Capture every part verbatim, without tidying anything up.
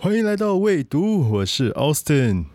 欢迎来到未读，我是 Austin。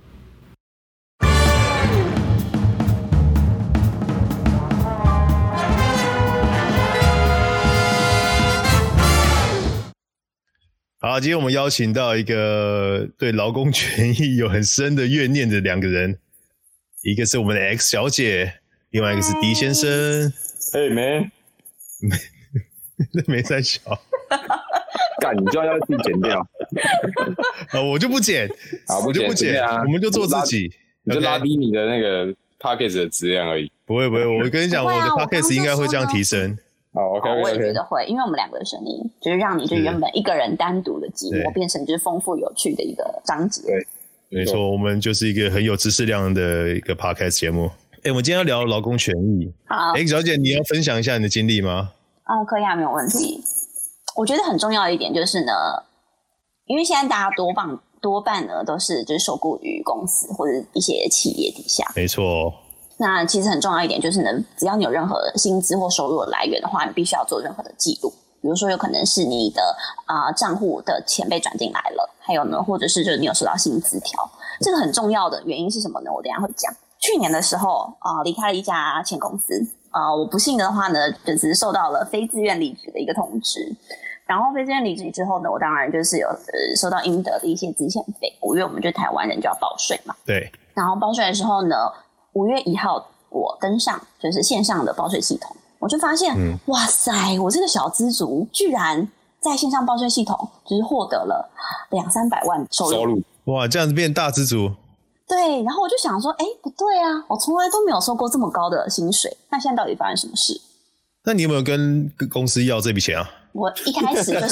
好，今天我们邀请到一个对劳工权益有很深的怨念的两个人，一个是我们的 X 小姐，另外一个是 D 先生。 嘿，没没没三小， 干你就要自己剪掉啊！我就不剪， 好， 我就不剪， 啊、 我们就做自己， 你就拉低你的那个 podcast 的质量而已。 不会不会，我跟你讲，我的 podcast 应该会这样提升。 好 ，OK， 我也觉得会，因为我们两个的声音，就是让你就原本一个人单独的寂寞，变成就是丰富有趣的一个章节。 对， 没错，我们就是一个很有知识量的一个 podcast 节目。哎、欸，我们今天要聊劳工权益。 好， 哎、欸，小姐，你要分享一下你的经历吗？ 哦，可以啊，没有问题。我觉得很重要的一点就是呢，因为现在大家多半多半呢都是就是受雇于公司或者一些企业底下。 没错。 那其实很重要一点就是呢，只要你有任何薪资或收入的来源的话，你必须要做任何的记录。比如说，有可能是你的啊、呃、账户的钱被转进来了，还有呢，或者是就是你有收到薪资条。这个很重要的原因是什么呢？我等一下会讲。去年的时候啊、呃，离开了一家前公司啊、呃，我不幸的话呢，就是受到了非自愿离职的一个通知。然后非自愿离职之后呢，我当然就是有呃收到应得的一些资遣费，因为我们就台湾人就要报税嘛。 对。 然后报税的时候呢，五月一号我登上就是线上的报税系统，我就发现，嗯、哇塞，我这个小资族居然在线上报税系统就是获得了两三百万收入。 收入哇，这样子变大资族。 对，然后我就想说，哎，不对啊，我从来都没有收过这么高的薪水，那现在到底发生什么事？ 那你有没有跟公司要这笔钱啊？ 我一开始就是，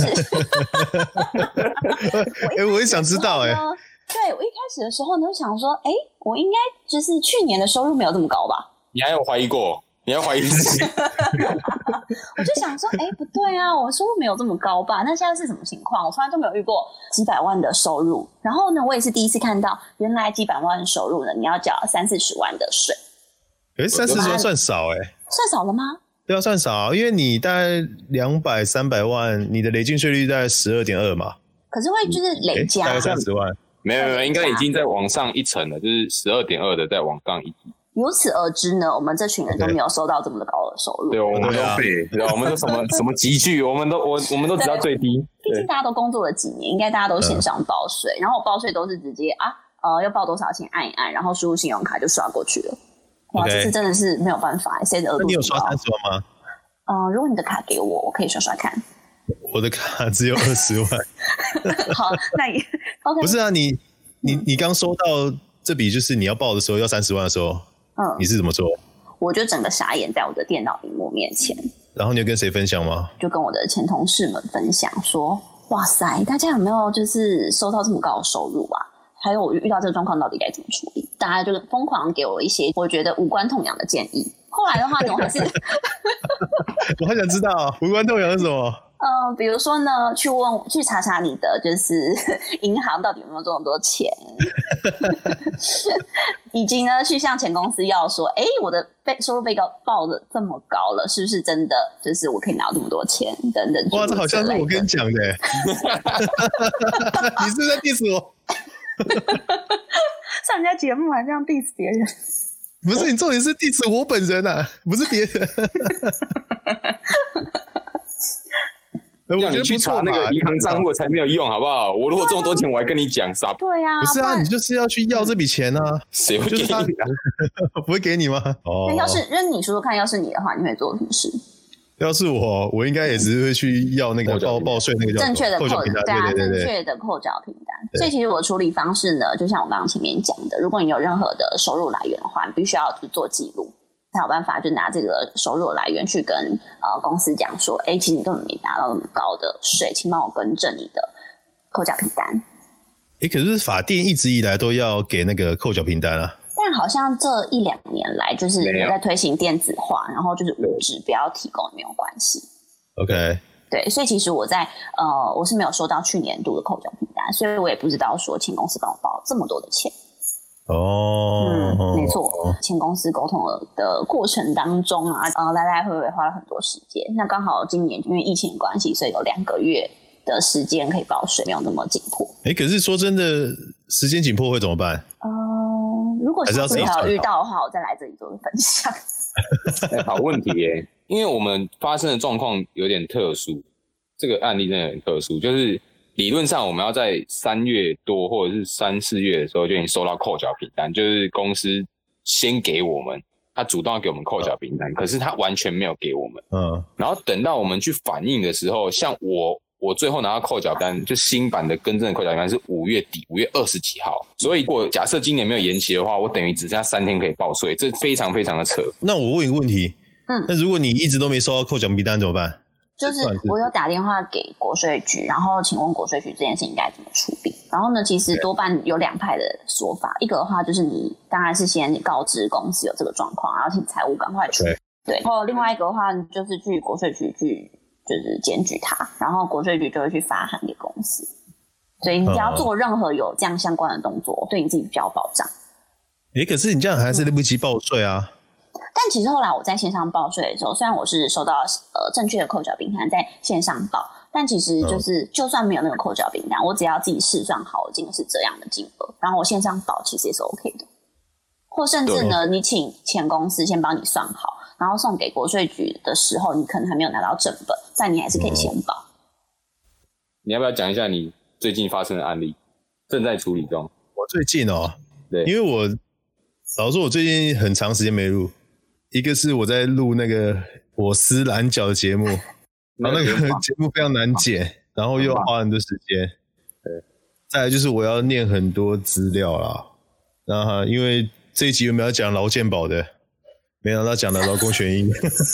哎，我也想知道哎、欸。 对，我一开始的时候呢，想说，哎，我应该就是去年的收入没有这么高吧？ 你还有怀疑过？你还怀疑自己？ 我就想说，哎，不对啊，我收入没有这么高吧？那现在是什么情况？我从来都没有遇过几百万的收入。然后呢，我也是第一次看到，原来几百万的收入呢，你要缴三四十万的税。 哎，三四十万算少哎、欸， 算少了吗？ 对啊，算少，因为你大概两百、三百万，你的累进税率大概十二点二嘛。 可是会就是累加， 大概三十万。 没有没有，应该已经在往上一层了，就是十二点二的再往上一级。 由此而知呢，我们这群人都没有收到这么高的收入。 对，我们都废，对啊，我们都什么什么集聚，我们都我我们都只要最低。 毕竟大家都工作了几年，应该大家都线上报税，嗯、然后我报税都是直接啊呃要报多少钱按一按，然后输入信用卡就刷过去了。哇， okay. 这次真的是没有办法，谁的额度？ 那你有刷三十万吗？ 嗯、呃，如果你的卡给我，我可以刷刷看。 我的卡只有二十万。 好，那也 OK。 不是啊，你你你刚收到这笔就是你要报的时候要三十万的时候，嗯，你是怎么做？ 我就整个傻眼在我的电脑屏幕面前。 然后你有跟谁分享吗？ 就跟我的前同事们分享说，哇塞，大家有没有就是收到这么高的收入啊？还有我遇到这个状况到底该怎么处理？大家就疯狂给我一些我觉得无关痛痒的建议。后来的话呢，我还是我还想知道无关痛痒是什么。 呃，比如说呢，去问去查查你的就是银行到底有没有这么多钱，以及呢去向前公司要说，哎，我的被收入被高报的这么高了，是不是真的就是我可以拿到这么多钱等等。 哇，这好像是我跟你讲的，你是不是在 diss 我？ 上人家节目还这样 diss 别人？ 不是，你重点是 diss 我本人啊，不是别人。 让你去查那个银行账户才没有用，好不好？我如果这么多钱，我还跟你讲啥？ 对呀、啊， 不是啊，你就是要去要这笔钱啊， 谁会给你、啊？ 不会给你吗？哦， 那要是让你说说看，要是你的话，你会做什么事？ 要是我，我应该也只是会去要那个报报税那个叫正确的扣缴凭单， 对啊， 对对对正确的扣缴凭单。所以其实我的处理方式呢，就像我刚刚前面讲的，如果你有任何的收入来源的话，你必须要去做记录。才有办法就拿这个收入来源去跟呃公司讲说，哎，其实你根本没拿到那么高的税，请帮我更正你的扣缴凭单。 哎，可是法定一直以来都要给那个扣缴凭单啊。 但好像这一两年来，就是有在推行电子化，然后就是无纸不要提供没有关系。 OK。 对，所以其实我在呃我是没有收到去年度的扣缴凭单，所以我也不知道说请公司帮我报这么多的钱。 哦， 嗯，没错，前公司沟通的过程当中啊，呃，来来回回花了很多时间。那刚好今年因为疫情的关系，所以有两个月的时间可以报税，没有那么紧迫。 哎、欸，可是说真的，时间紧迫会怎么办？ 嗯、呃，如果下次还有遇到的话，我再来这里做个分享。 欸、好问题耶、欸，因为我们发生的状况有点特殊，这个案例真的很特殊，就是理论上我们要在三月多或者是三四月的时候就已经收到扣缴凭单，就是公司先给我们，他主动要给我们扣缴凭单，可是他完全没有给我们。嗯，然后等到我们去反映的时候，像我。我最后拿到扣缴单，就新版的更正的扣缴单是五月底，五月二十几号。所以，如果假设今年没有延期的话，我等于只剩下三天可以报税，这非常非常的扯。 那我问一个问题，嗯，那如果你一直都没收到扣缴凭单怎么办？ 就是我有打电话给国税局，然后请问国税局这件事情该怎么处理？然后呢，其实多半有两派的说法，一个的话就是你当然是先告知公司有这个状况，然后请财务赶快处理。对，然后另外一个的话就是去国税局去。就是检举他，然后国税局就会去发函给公司，所以你只要做任何有这样相关的动作，对你自己比较有保障。 诶、欸，可是你这样还是来不及报税啊。 但其实后来我在线上报税的时候，虽然我是收到呃正确的扣缴凭单在线上报，但其实就是、嗯、就算没有那个扣缴凭单，我只要自己试算好金额是这样的金额，然后我线上报其实也是 OK 的。或甚至呢，你请前公司先帮你算好，然后送给国税局的时候，你可能还没有拿到正本，但你还是可以先报。 你要不要讲一下你最近发生的案例？正在处理中。 我最近哦， 对， 因为我老实说，我最近很长时间没录，一个是我在录那个我撕懒角的节目，然后那个节目非常难剪，然后又花很多时间。对，再来就是我要念很多资料啦，然后因为这一集原本要讲劳健保的，没想到讲了劳工权益。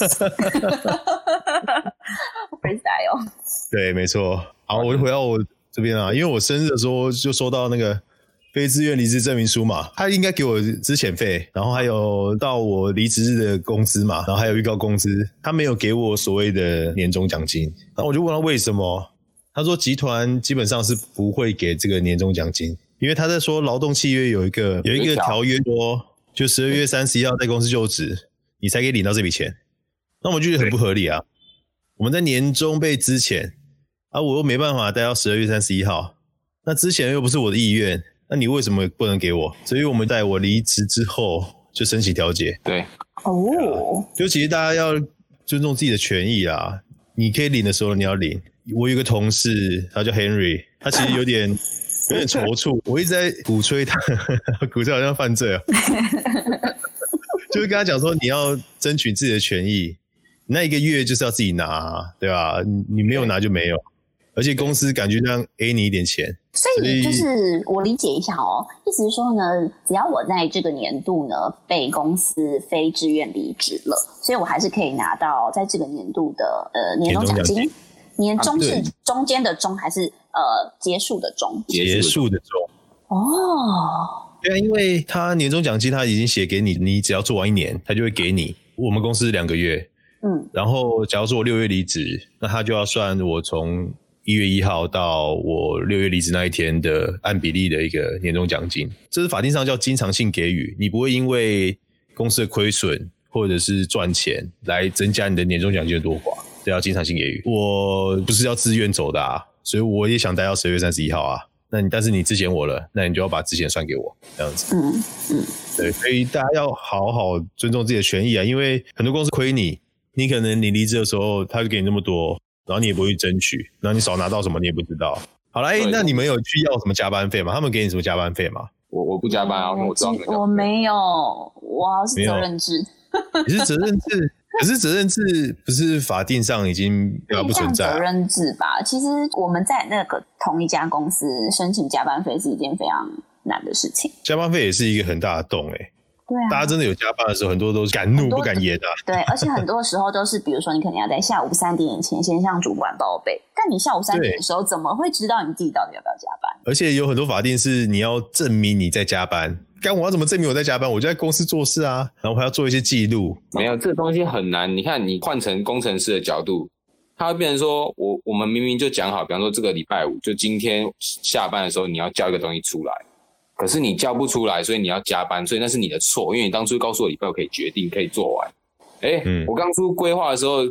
freestyle。 对，没错。好，我就回到我这边啊，因为我生日的时候就收到那个非自愿离职证明书嘛，他应该给我资遣费，然后还有到我离职日的工资嘛，然后还有预告工资，他没有给我所谓的年终奖金。然后我就问他为什么，他说集团基本上是不会给这个年终奖金。因为他在说劳动契约有一个有一个条约说，就十二月三十一号在公司就职，你才可以领到这笔钱。那我就觉得很不合理啊！我们在年终被资遣啊，我又没办法待到十二月三十一号，那之前又不是我的意愿，那你为什么不能给我？所以我们在我离职之后就申请调解。 对， 哦， 就其实大家要尊重自己的权益啦。你可以领的时候你要领。我有一个同事，他叫 Henry， 他其实有点。有点踌躇，我一直在鼓吹他，鼓吹好像犯罪啊，就是跟他讲说你要争取自己的权益，那一个月就是要自己拿，对吧？你没有拿就没有，而且公司感觉这样 A 你一点钱， 所以就是我理解一下哦，意思是说呢，只要我在这个年度呢被公司非自愿离职了，所以我还是可以拿到在这个年度的呃年终奖金。年终是中间的中还是呃结束的中？ 结束的中。 哦， 对啊，因为他年终奖金他已经写给你，你只要做完一年，他就会给你。我们公司两个月，嗯，然后假如说我六月离职，那他就要算我从一月一号到我六月离职那一天的按比例的一个年终奖金，这是法定上叫经常性给予，你不会因为公司的亏损或者是赚钱来增加你的年终奖金的多寡。这要经常性给予，我不是要自愿走的啊，所以我也想待到十二月三十一号啊。那你但是你之前我了，那你就要把之前算给我，这样子。嗯嗯，对，所以大家要好好尊重自己的权益啊，因为很多公司亏你，你可能你离职的时候他就给你那么多，然后你也不会去争取，然后你少拿到什么你也不知道。好了，欸，那你们有去要什么加班费吗？他们给你什么加班费吗？ 我我不加班啊，因为我知道我没有，我是责任制。 你是责任制？可是责任制不是法定上已经不存在、啊、 责任制吧？其实我们在那个同一家公司申请加班费是一件非常难的事情。 加班费也是一个很大的洞哎、欸。 对啊， 大家真的有加班的时候，很多都是敢怒不敢言啊。 对，而且很多时候都是，比如说你可能要在下午三点以前先向主管报备，但你下午三点的时候怎么会知道你自己到底要不要加班？ 而且有很多法定是你要证明你在加班。干我要怎么证明我在加班？我就在公司做事啊，然后还要做一些记录。 没有，这个东西很难。你看，你换成工程师的角度，他会变成说，我我们明明就讲好，比方说这个礼拜五，就今天下班的时候你要交一个东西出来，可是你交不出来，所以你要加班，所以那是你的错，因为你当初告诉我礼拜五可以决定可以做完。哎、欸嗯，我当初规划的时候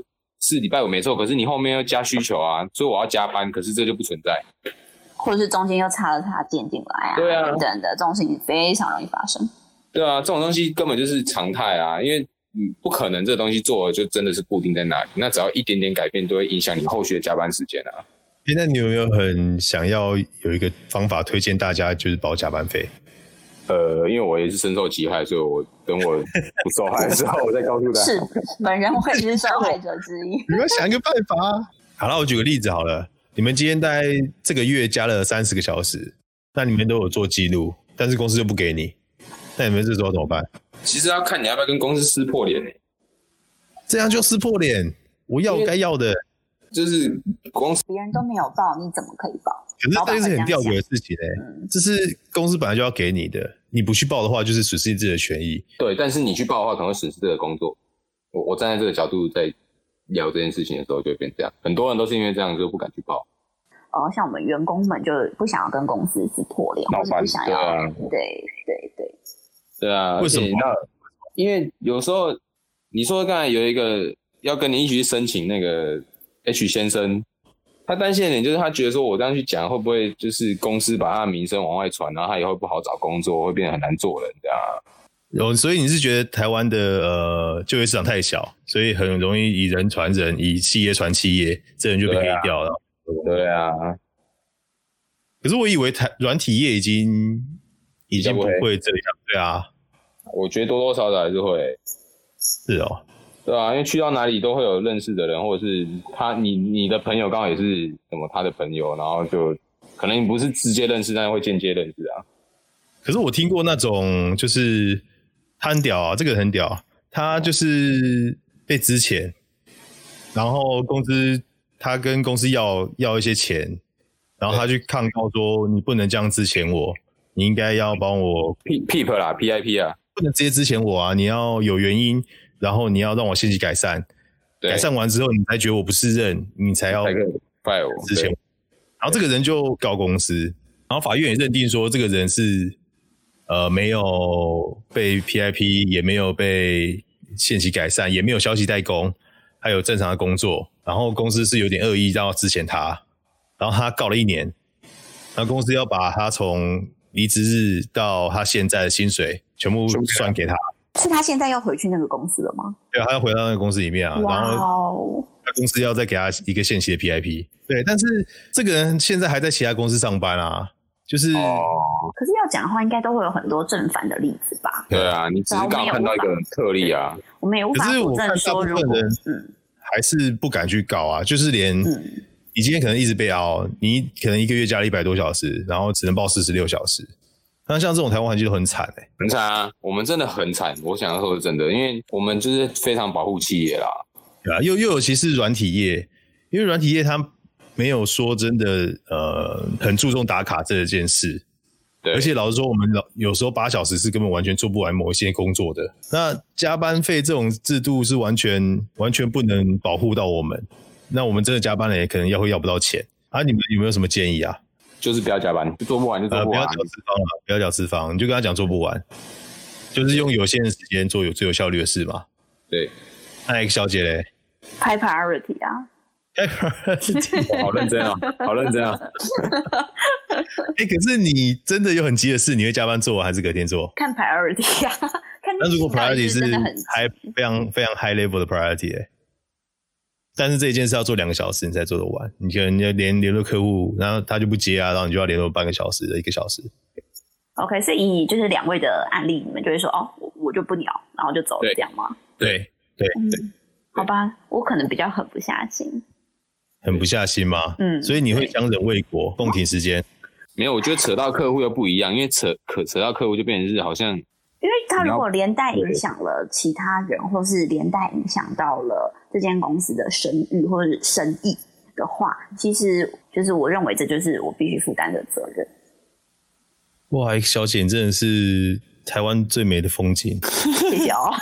是礼拜五没错，可是你后面又加需求啊，所以我要加班，可是这就不存在。 或者是中间又插了插件进来啊， 对啊， 等等的这种事情非常容易发生。 对啊，这种东西根本就是常态啊，因为你不可能这东西做了就真的是固定在那里，那只要一点点改变都会影响你后续的加班时间啊。 欸、那你有没有很想要有一个方法推荐大家，就是包加班费？ 呃，因为我也是深受其害，所以我等我不受害的时候，我再告诉大家。 是，本人会是受害者之一。 你们想一个办法。好了，我举个例子好了，你们今天大概这个月加了三十个小时，那你们都有做记录，但是公司就不给你，那你们这时候怎么办？ 其实要看你要不要跟公司撕破脸、欸、 这样就撕破脸，我要我该要的。 就是公司别人都没有报，你怎么可以报？ 可是这是很吊诡的事情哎、欸嗯，这是公司本来就要给你的，你不去报的话，就是损失自己的权益。 对，但是你去报的话，可能会损失这个工作。我我站在这个角度在聊这件事情的时候，就会变这样。很多人都是因为这样就不敢去报。 哦，像我们员工们就不想要跟公司撕破脸，或是不想要，对、啊、对对对， 对啊。 为什么？ 因为有时候你说刚才有一个要跟你一起去申请那个 H 先生，他担心的点就是他觉得说我这样去讲会不会就是公司把他的名声往外传，然后他以后不好找工作，会变得很难做人这样。 有，所以你是觉得台湾的呃就业市场太小，所以很容易以人传人，以企业传企业，这人就被黑掉了。 对啊。 可是我以为台软体业已经已经不会这样，对啊。 我觉得多多少少还是会。 是哦。 对啊，因为去到哪里都会有认识的人，或者是他你你的朋友刚好也是什么他的朋友，然后就可能你不是直接认识，但是会间接认识啊。 可是我听过那种就是他很屌啊，这个很屌，他就是被资遣，然后公司他跟公司要要一些钱，然后他去抗告说你不能这样资遣我，你应该要帮我 P P I P 啦 P I P 啊， 不能直接资遣我啊，你要有原因。然后你要让我限期改善，改善完之后你才觉得我不适任，你才要之前，然后这个人就告公司，然后法院也认定说这个人是呃没有被 P I P， 也没有被限期改善，也没有消息代工，还有正常的工作，然后公司是有点恶意要资遣他，然后他告了一年，然后公司要把他从离职日到他现在的薪水全部算给他。 是他现在要回去那个公司了吗？ 对啊，他要回到那个公司里面啊，然后他公司要再给他一个限期的 P I P。对，但是这个人现在还在其他公司上班啊，就是。哦。 可是要讲的话，应该都会有很多正反的例子吧？ 对啊，你只是刚好看到一个特例啊， 我们也无法佐证说，如果嗯， 还是不敢去告啊，就是连你今天可能一直被熬，你可能一个月加了一百多小时，然后只能报四十六小时。那像这种台湾环境都很惨哎、欸， 很惨啊！我们真的很惨，我想说是真的，因为我们就是非常保护企业啦。 对啊，又又尤其是软体业，因为软体业它没有说真的呃很注重打卡这件事， 对。 而且老实说，我们有时候八小时是根本完全做不完某一些工作的。那加班费这种制度是完全完全不能保护到我们。那我们真的加班了，也可能要会要不到钱啊！你们有没有什么建议啊？ 就是不要加班，做不完就做不完。 呃、不要讲资方了，不要讲资方，你就跟他讲做不完，就是用有限的时间做有最有效率的事嘛。 对。 那 X 小姐嘞 ？High priority 啊。 High priority， 好认真啊，好认真啊。 哎、欸，可是你真的有很急的事，你会加班做还是隔天做？ 看 priority 啊。 那如果 priority 是 high 非常非常 high level 的 priority， 哎。但是这一件事要做两个小时你才做得完，你可能要连联络客户，然后他就不接啊，然后你就要联络半个小时的一个小时。 OK， 所以以就是两位的案例，你们就会说哦，我我就不鸟，然后就走了这样吗？ 对对对、 嗯，好吧，我可能比较狠不下心。 狠不下心吗？ 嗯， 所以你会相忍为国，共体时间。 没有，我觉得扯到客户又不一样，因为扯可扯到客户就变成是好像。 因为他如果连带影响了其他人，或是连带影响到了这间公司的声誉或是生意的话，其实就是我认为这就是我必须负担的责任。 哇，小姐，你真的是台湾最美的风景。 谢谢哦。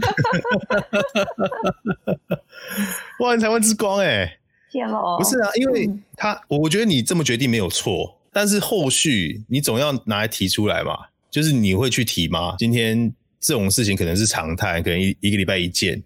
哇，你台湾之光哎、欸！ 谢喽。 不是啊，因为他、嗯，我觉得你这么决定没有错，但是后续你总要拿来提出来嘛。就是你会去提吗？今天这种事情可能是常态，可能 一, 一个礼拜一件，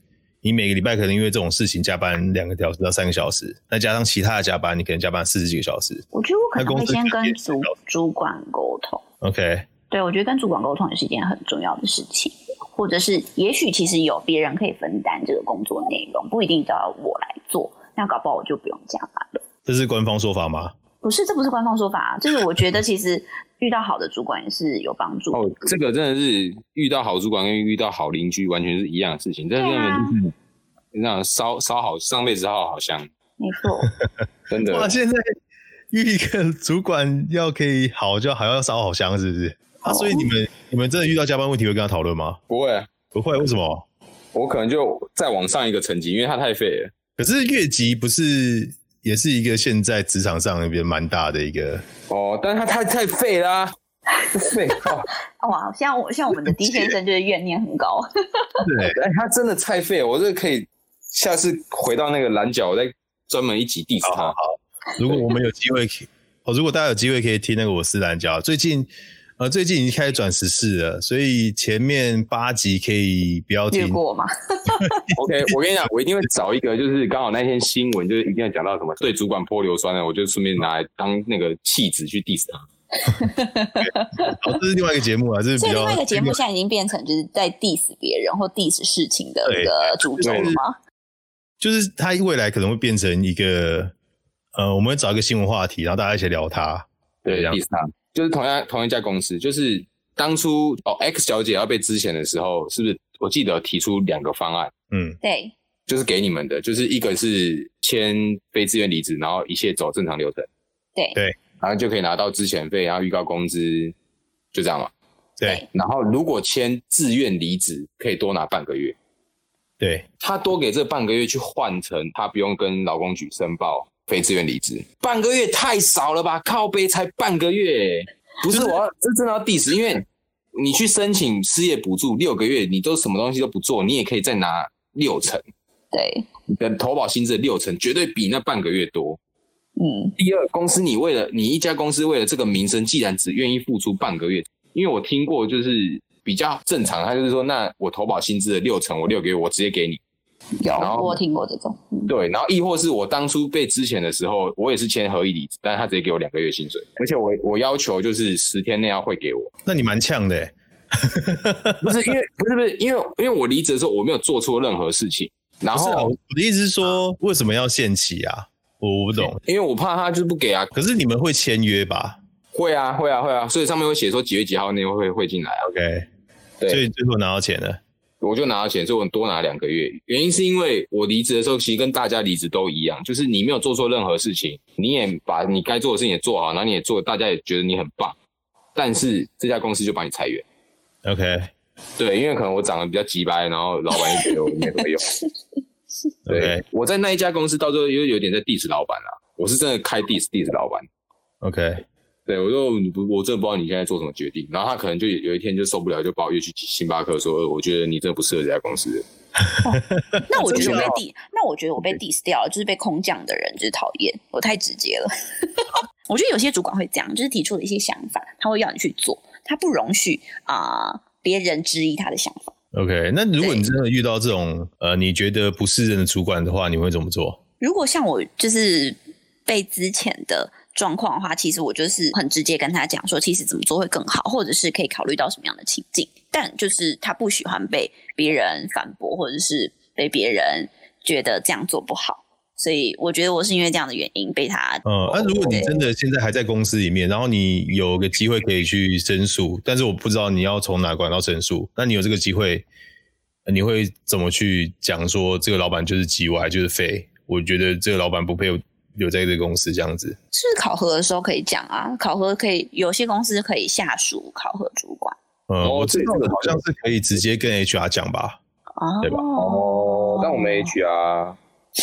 你每个礼拜可能因为这种事情加班两个小时到三个小时，再加上其他的加班，你可能加班四十几个小时。 我觉得我可能会先跟主主管沟通。 OK， 对，我觉得跟主管沟通也是一件很重要的事情，或者是也许其实有别人可以分担这个工作内容，不一定都要我来做，那搞不好我就不用加班了。 这是官方说法吗？ 不是，这不是官方说法，就是我觉得其实遇到好的主管也是有帮助的。 哦，这个真的是遇到好主管跟遇到好邻居完全是一样的事情，这根本就是那样烧烧好上辈子烧好香。 没错， 真的。 哇，现在遇一个主管要可以好就好，要烧好香，是不是？啊，所以你们你们真的遇到加班问题会跟他讨论吗？ 不会， 不会，为什么？ 我可能就再往上一个层级，因为他太废了。 可是越级不是也是一个现在职场上那边蛮大的一个哦，但是他太太废啦、啊，废哦。哇，像我像我们的 D 先生就是怨念很高。 对，哎，他真的太废了，我这可以下次回到那个蓝角，我再专门一集 diss 他。 好好好，如果我们有机会，哦，如果大家有机会可以听那个我是蓝角，最近。呃，最近已经开始转时事了，所以前面八集可以不要听。 略过吗 ？OK， 我跟你讲，我一定会找一个，就是刚好那天新闻就是一定要讲到什么对主管泼硫酸的，我就顺便拿来当那个弃子去 diss 他。 好，这是另外一个节目啊，这是比较。 所以另外一个节目现在已经变成就是在 diss 别人或 diss 事情的一个主轴了吗？ 就是他未来可能会变成一个，呃，我们会找一个新闻话题，然后大家一起聊他， 对 ，diss 他。就是同样同一家公司，就是当初哦 X 小姐要被资遣的时候，是不是我记得提出两个方案？ 嗯， 对， 就是给你们的，就是一个是签非自愿离职，然后一切走正常流程， 对对， 然后就可以拿到资遣费，然后预告工资，就这样嘛。 对， 然后如果签自愿离职，可以多拿半个月。 对， 他多给这半个月去换成他不用跟劳工局申报。非自愿离职，半个月太少了吧？靠背才半个月、欸，不是我要，这真的要 diss， 因为你去申请失业补助六个月，你都什么东西都不做，你也可以再拿六成， 对， 你的投保薪资的六成绝对比那半个月多。 嗯。 第二，公司你为了你一家公司为了这个名声，既然只愿意付出半个月，因为我听过就是比较正常，他就是说，那我投保薪资的六成，我六个月我直接给你。 有，我听过这种、嗯。 对，然后亦或是我当初被资遣的时候，我也是签合意离职，但是他直接给我两个月薪水，而且我我要求就是十天内要汇给我。 那你蛮呛的、欸， 不是因为不是不是因为因为我离职的时候我没有做错任何事情，然后、 啊、我的意思是说，为什么要限期啊？我不懂， 因为我怕他就是不给啊。 可是你们会签约吧？ 会啊会啊会啊，所以上面会写说几月几号内会汇进来啊。 OK， 对， 所以最后拿到钱了。 我就拿到钱，所以我多拿两个月。原因是因为我离职的时候，其实跟大家离职都一样，就是你没有做错任何事情，你也把你该做的事情也做好，然后你也做，大家也觉得你很棒，但是这家公司就把你裁员。 OK， 对，因为可能我长得比较鸡掰，然后老板也觉得我没什么用。对， okay. 我在那一家公司到最后又有点在 diss 老板啦，我是真的开 diss diss 老板。 OK。 对，我说你不，我真的不知道你现在做什么决定。然后他可能就有一天就受不了，就把我约去星巴克说，我觉得你真的不适合这家公司。 哦、那我觉得我被 diss， 那我觉得我被 diss 掉了，就是被空降的人就是讨厌，我太直接了。我觉得有些主管会这样，就是提出了一些想法，他会要你去做，他不容许啊、呃、别人质疑他的想法。 OK， 那如果你真的遇到这种呃你觉得不是人的主管的话，你会怎么做？ 如果像我就是被资遣的状况的话，其实我就是很直接跟他讲说，其实怎么做会更好，或者是可以考虑到什么样的情境。但就是他不喜欢被别人反驳，或者是被别人觉得这样做不好，所以我觉得我是因为这样的原因被他。 嗯，那、啊、如果你真的现在还在公司里面，然后你有个机会可以去申诉，但是我不知道你要从哪管道申诉，那你有这个机会，你会怎么去讲说这个老板就是鸡歪，就是废？我觉得这个老板不配留在这个公司这样子。 是考核的时候可以讲啊，考核可以，有些公司可以下属考核主管。 嗯，我知道的好像是可以直接跟 H R 讲吧， 哦， 对吧？ 哦，但我们 H R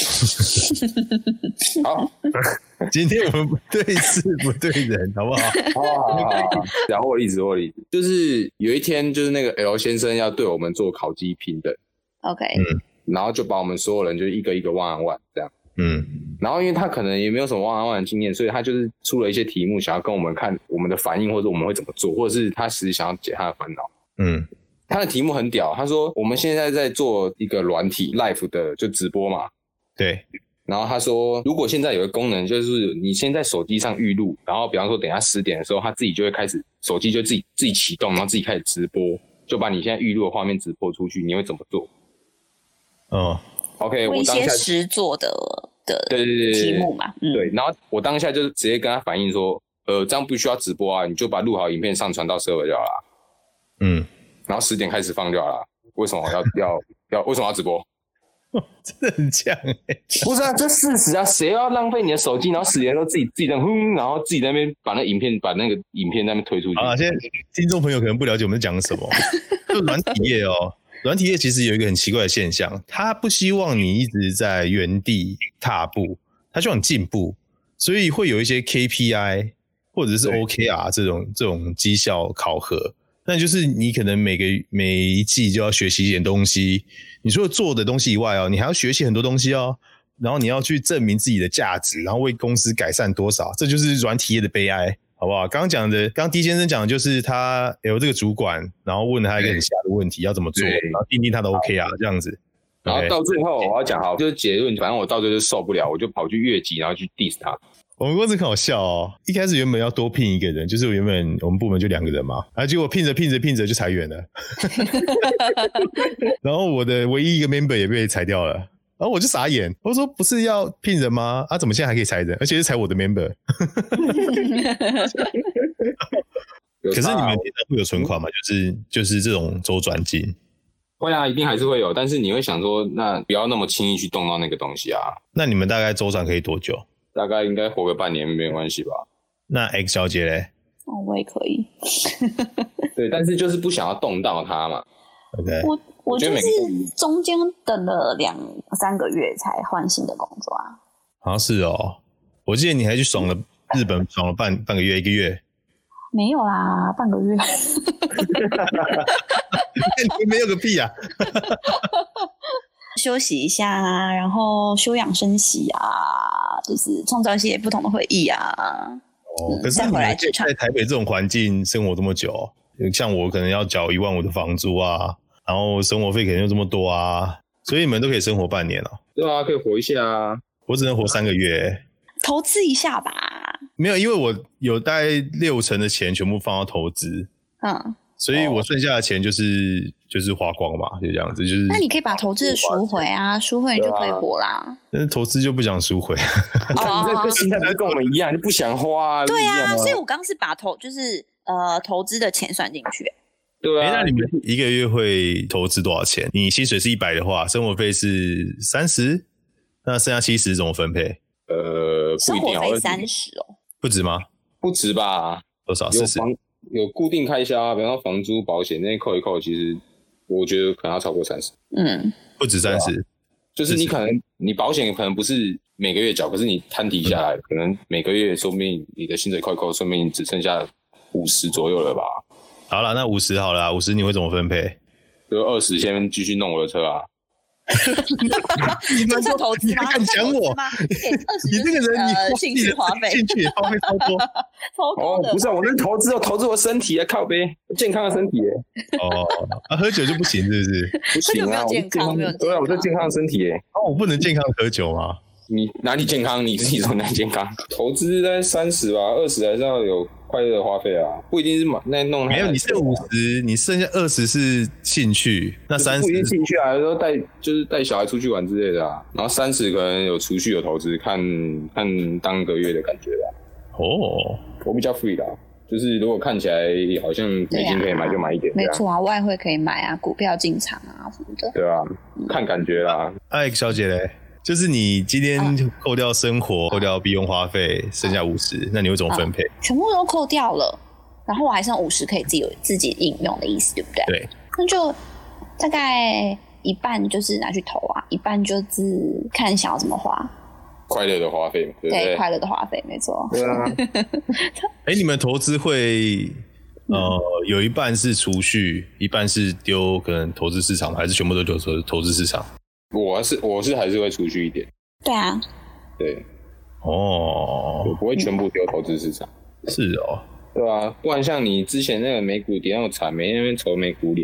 好， 今天我们不对事不对人，好不好？ 好好好好，讲我例子，我例子，就是有一天，就是那个 L 先生要对我们做考绩评等 ，OK， 嗯， 然后就把我们所有人就一个一个 one on one 这样。 嗯，然后因为他可能也没有什么 one on one 的经验，所以他就是出了一些题目，想要跟我们看我们的反应，或者我们会怎么做，或者是他实际想要解他的烦恼。 嗯， 他的题目很屌，他说我们现在在做一个软体 live 的就直播嘛， 对。 然后他说，如果现在有个功能，就是你先在手机上预录，然后比方说等一下十点的时候，他自己就会开始，手机就自己自己启动，然后自己开始直播，就把你现在预录的画面直播出去，你会怎么做？ 哦 ，OK， 我当下一些实作的的对对对题目嘛， 嗯、对，然后我当下就直接跟他反映说，呃，这样不需要直播啊，你就把录好影片上传到 server 就好了， 嗯， 然后十点开始放就好了，为什么要要要为什么要直播？ 真的很强哎！ 不是啊，这事实啊，谁要浪费你的手机，然后十点都自己自己在哼，然后自己在那边把那影片把那个影片在那边推出去。 啊，现在听众朋友可能不了解我们在讲什么，就软体业哦，软体业其实有一个很奇怪的现象，它不希望你一直在原地踏步，它希望你进步，所以会有一些 K P I 或者是 O K R 这种这种绩效考核。那就是你可能每个每一季就要学习一点东西，你除了做的东西以外哦，你还要学习很多东西哦，然后你要去证明自己的价值，然后为公司改善多少，这就是软体业的悲哀，好不好？刚刚讲的，刚刚 D 先生讲的就是他有这个主管，然后问了他一个很瞎的问题，要怎么做，然后定定他的 O K R 这样子。 然后到最后我要讲好，就是结论，反正我到最后就受不了，我就跑去越级，然后去 diss 他。 我们公司很好笑哦，一开始原本要多聘一个人，就是原本我们部门就两个人嘛，然后结果聘着聘着聘着就裁员了，然后我的唯一一个 member 也被裁掉了，然后我就傻眼，我说不是要聘人吗？啊，怎么现在还可以裁人，而且是裁我的 member？ 可是你们会有存款吗？就是就是这种周转金？ 会啊，一定还是会有，但是你会想说，那不要那么轻易去动到那个东西啊。 那你们大概周转可以多久？ 大概应该活个半年没关系吧。 那 X 小姐嘞？ 哦，我也可以。 对，但是就是不想要动到它嘛。 OK， 我我就是中间等了两三个月才换新的工作啊。 好像是哦，我记得你还去爽了日本，爽了半半个月一个月。 没有啦，半个月。 你没有个屁啊！ 休息一下啊，然后休养生息啊，就是创造一些不同的回忆啊。 哦，可是你们在台北这种环境生活这么久，像我可能要缴一万五的房租啊，然后生活费可能又这么多啊，所以你们都可以生活半年了。 对啊，可以活一下啊。 我只能活三个月。 投资一下吧。 没有，因为我有大概六成的钱全部放到投资。嗯。所以我剩下的钱就是就是花光嘛，就这样子，就是。 那你可以把投资的赎回啊，赎回你就可以活啦。 但是投资就不想赎回。 哦，你这个心态不是跟我们一样，就不想花。 对啊，所以我刚刚是把投就是呃投资的钱算进去。 对啊， 那你们一个月会投资多少钱？你薪水是一百的话，生活费是三十，那剩下七十怎么分配？ 呃，不一定啊， 生活费三十哦， 不止吗？ 不止吧？ 多少？四十。 有固定开销啊，比方说房租、保险那些扣一扣，其实我觉得可能要超过三十。 嗯， 不止三十， 就是你可能你保险可能不是每个月缴，可是你摊提下来，嗯、可能每个月说不定你的薪水扣一扣，说不定只剩下五十左右了吧。 好了，那五十好了，五十你会怎么分配？ 就二十先继续弄我的车啊。 你们算投资吗？ 敢讲我？你这个人，你呃兴趣花费， 兴趣花费超多， 超多的。 哦，不是、啊，我是投资哦，投资我身体啊，靠背，健康的身体耶。 哦，啊，喝酒就不行，是不是？ 不行啊， 没有健康，没有健康。 对啊，我是健康的身体耶。 哦，我不能健康喝酒吗？ 你哪里健康？你自己说哪里健康？投资在三十吧，二十还是要有快乐的花费啊，不一定是买那弄。 没有，你剩五十，你剩下二十是兴趣，那三十不一定兴趣啊，有时候带就是带小孩出去玩之类的啊。然后三十可能有储蓄有投资，看看当个月的感觉吧。 哦， 我比较 free 啦，就是如果看起来好像美金可以买就买一点， 没错啊，外汇可以买啊，股票进场啊什么的。 对啊，看感觉啦。 艾克小姐嘞？就是你今天扣掉生活、啊、扣掉必用花费，剩下五十、啊，那你会怎么分配、 啊？全部都扣掉了，然后我还剩五十可以自己有自己应用的意思，对不对？ 对， 那就大概一半就是拿去投啊，一半就是看想要怎么花， 快乐的花费，对不对？ 对，快乐的花费，没错。 对啊。 哎、欸，你们投资会呃有一半是储蓄，一半是丢可能投资市场，还是全部都丢投投资市场？ 我是我是还是会储蓄一点， 对啊， 对， 哦， 我不会全部丢投资市场， 是哦， 对啊，不然像你之前那个美股跌那么惨，没那边愁美股脸，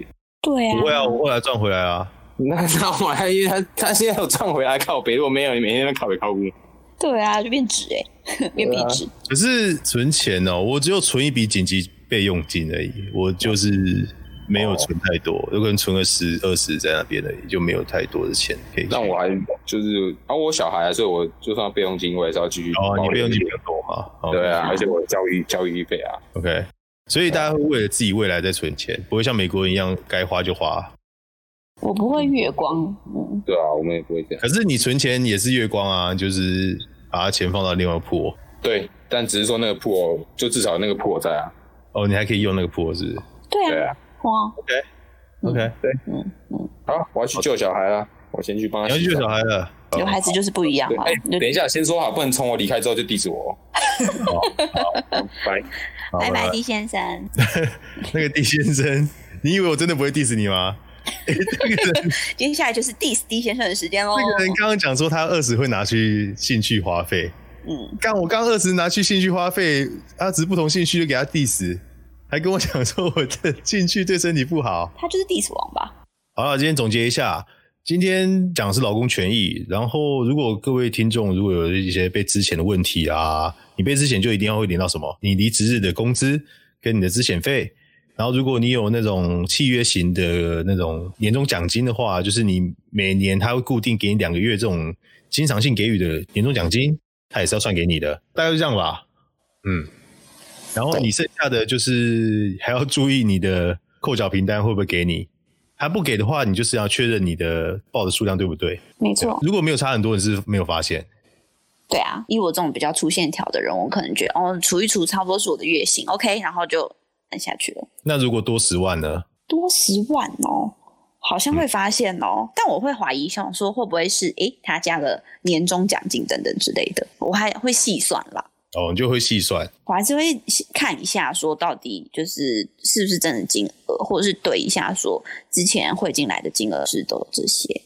对啊， 不会啊，我后来赚回来啊。 那那我还以为他他现在有赚回来靠北，如果没有，你每天在那边靠北靠北。 对啊，就变纸哎，变壁纸。 可是存钱哦，我只有存一笔紧急备用金而已，我就是没有存太多，有可能存个十二十在那边而已，就没有太多的钱可以。 但我还就是啊，我小孩，所以我就算备用金，我也是要继续。 哦，你备用金比较多嘛？ 对啊，而且我教育教育费啊。 OK， 所以大家会为了自己未来在存钱，不会像美国人一样该花就花。 我不会月光，嗯， 对啊，我们也不会这样。 可是你存钱也是月光啊，就是把钱放到另外一个铺。 对，但只是说那个铺就至少那个铺在啊。 哦，你还可以用那个铺是不是？ 对啊， 对啊。 哇 ，OK OK， 对，嗯嗯，好，我要去救小孩了，我先去帮他。 你要去救小孩了， 有孩子就是不一样啊。 哎，等一下，先说好，不能从我离开之后就 diss 我。好，好，拜拜拜，D 先生。 那个 D 先生，你以为我真的不会 diss 你吗？欸、这个人接下来就是 diss D 先生的时间喽。 这个人刚刚讲说他二十会拿去兴趣花费，嗯，刚我刚二十拿去兴趣花费，他只是不同兴趣就给他 diss， 还跟我讲说我的兴趣对身体不好， 他就是 diss 王吧。 好了，今天总结一下，今天讲的是劳工权益，然后如果各位听众如果有一些被资遣的问题啊，你被资遣就一定要会连到什么？你离职日的工资跟你的资遣费。然后如果你有那种契约型的那种年终奖金的话，就是你每年他会固定给你两个月这种经常性给予的年终奖金，他也是要算给你的，大概是这样吧。嗯，然后你剩下的就是还要注意你的扣缴凭单会不会给你，他不给的话，你就是要确认你的报的数量对不对？ 没错， 如果没有差很多，你是没有发现。 对啊，以我这种比较粗线条的人，我可能觉得哦，除一除差不多是我的月薪 ，OK， 然后就按下去了。 那如果多十万呢？ 多十万哦，好像会发现哦，嗯、但我会怀疑，想说会不会是诶，他加了年终奖金等等之类的，我还会细算啦。 哦，你就会细算， 我还是会看一下，说到底就是是不是真的金额，或者是对一下说之前汇进来的金额是都有这些。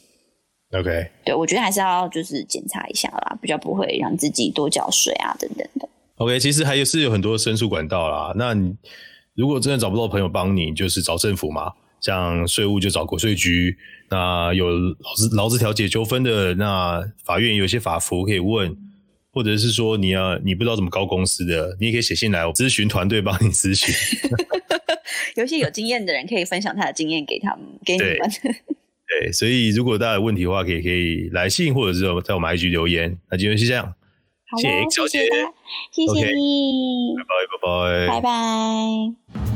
OK， 对，我觉得还是要就是检查一下啦，比较不会让自己多缴税啊等等的。 OK， 其实还是有很多申诉管道啦，那你如果真的找不到朋友帮你，就是找政府嘛，像税务就找国税局，那有劳资劳资调解纠纷的，那法院有一些法服可以问，或者是说你要你不知道怎么告公司的，你也可以写信来，我咨询团队帮你咨询。 有些有经验的人可以分享他的经验给他们，给你们。 对，所以如果大家有问题的话，可以可以来信或者是在我们 I G 留言。那今天就这样， 好， 谢谢 X 小姐， 谢谢你， okay， 拜拜拜拜拜拜。